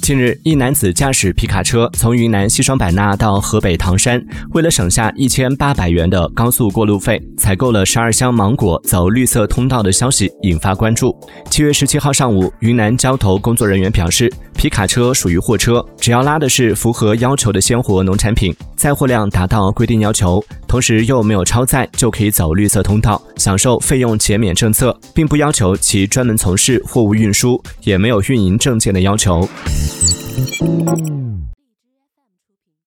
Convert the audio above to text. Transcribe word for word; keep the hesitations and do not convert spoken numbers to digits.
近日，一男子驾驶皮卡车从云南西双版纳到河北唐山，为了省下一千八百元的高速过路费，采购了十二箱芒果走绿色通道的消息引发关注。七月十七号上午，云南交投工作人员表示，皮卡车属于货车，只要拉的是符合要求的鲜活农产品，载货量达到规定要求，同时又没有超载，就可以走绿色通道，享受费用减免政策，并不要求其专门从事货物运输，也没有运营证件的要求。